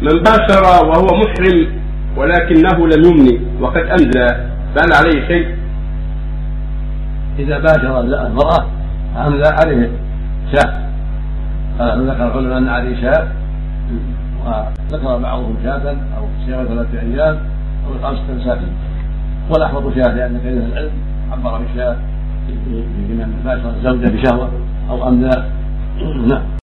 من باشر وهو محرم ولكنه لم يمني وقد أمزى فهل عليه شيء؟ إذا باشر المرأة أمزى عليه شاة، ذكر العلماء أن عليه شاة، وذكر بعضهم شاة أو صيام 3 أيام أو 5 مساكين، والأحوط شاة لأن كثير من العلم عبر بالشاة في من باشر الزوجة بشهوة أو أمزى. نعم.